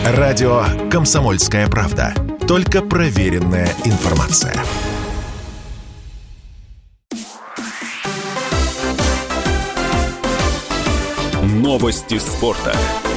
Радио «Комсомольская правда». Только проверенная информация. Новости спорта.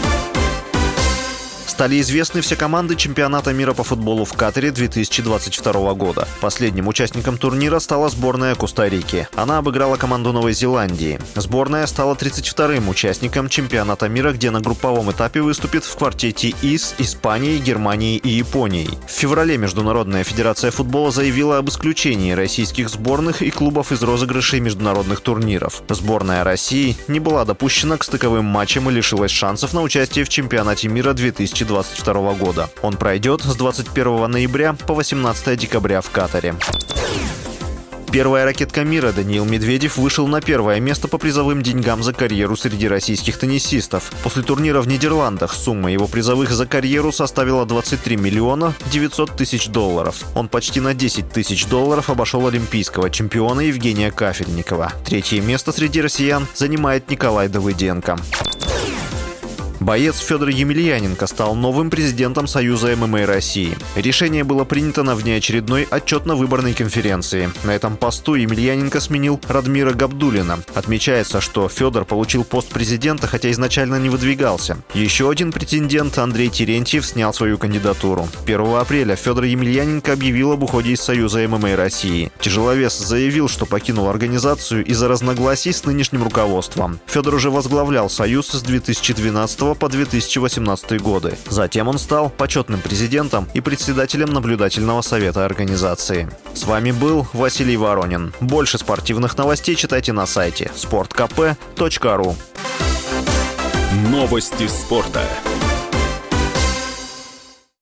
Стали известны все команды чемпионата мира по футболу в Катаре 2022 года. Последним участником турнира стала сборная Коста-Рики. Она обыграла команду Новой Зеландии. Сборная стала 32-м участником чемпионата мира, где на групповом этапе выступит в квартете И с Испанией, Германией и Японией. В феврале Международная федерация футбола заявила об исключении российских сборных и клубов из розыгрышей международных турниров. Сборная России не была допущена к стыковым матчам и лишилась шансов на участие в чемпионате мира 2022 года. Он пройдет с 21 ноября по 18 декабря в Катаре. Первая ракетка мира Даниил Медведев вышел на первое место по призовым деньгам за карьеру среди российских теннисистов. После турнира в Нидерландах сумма его призовых за карьеру составила 23 миллиона 900 тысяч долларов. Он почти на 10 тысяч долларов обошел олимпийского чемпиона Евгения Кафельникова. Третье место среди россиян занимает Николай Давыденко. Боец Федор Емельяненко стал новым президентом Союза ММА России. Решение было принято на внеочередной отчетно-выборной конференции. На этом посту Емельяненко сменил Радмира Габдуллина. Отмечается, что Федор получил пост президента, хотя изначально не выдвигался. Еще один претендент, Андрей Терентьев, снял свою кандидатуру. 1 апреля Федор Емельяненко объявил об уходе из Союза ММА России. Тяжеловес заявил, что покинул организацию из-за разногласий с нынешним руководством. Федор уже возглавлял Союз с 2012 по 2018 годы. Затем он стал почетным президентом и председателем наблюдательного совета организации. С вами был Василий Воронин. Больше спортивных новостей читайте на сайте sportkp.ru. Новости спорта.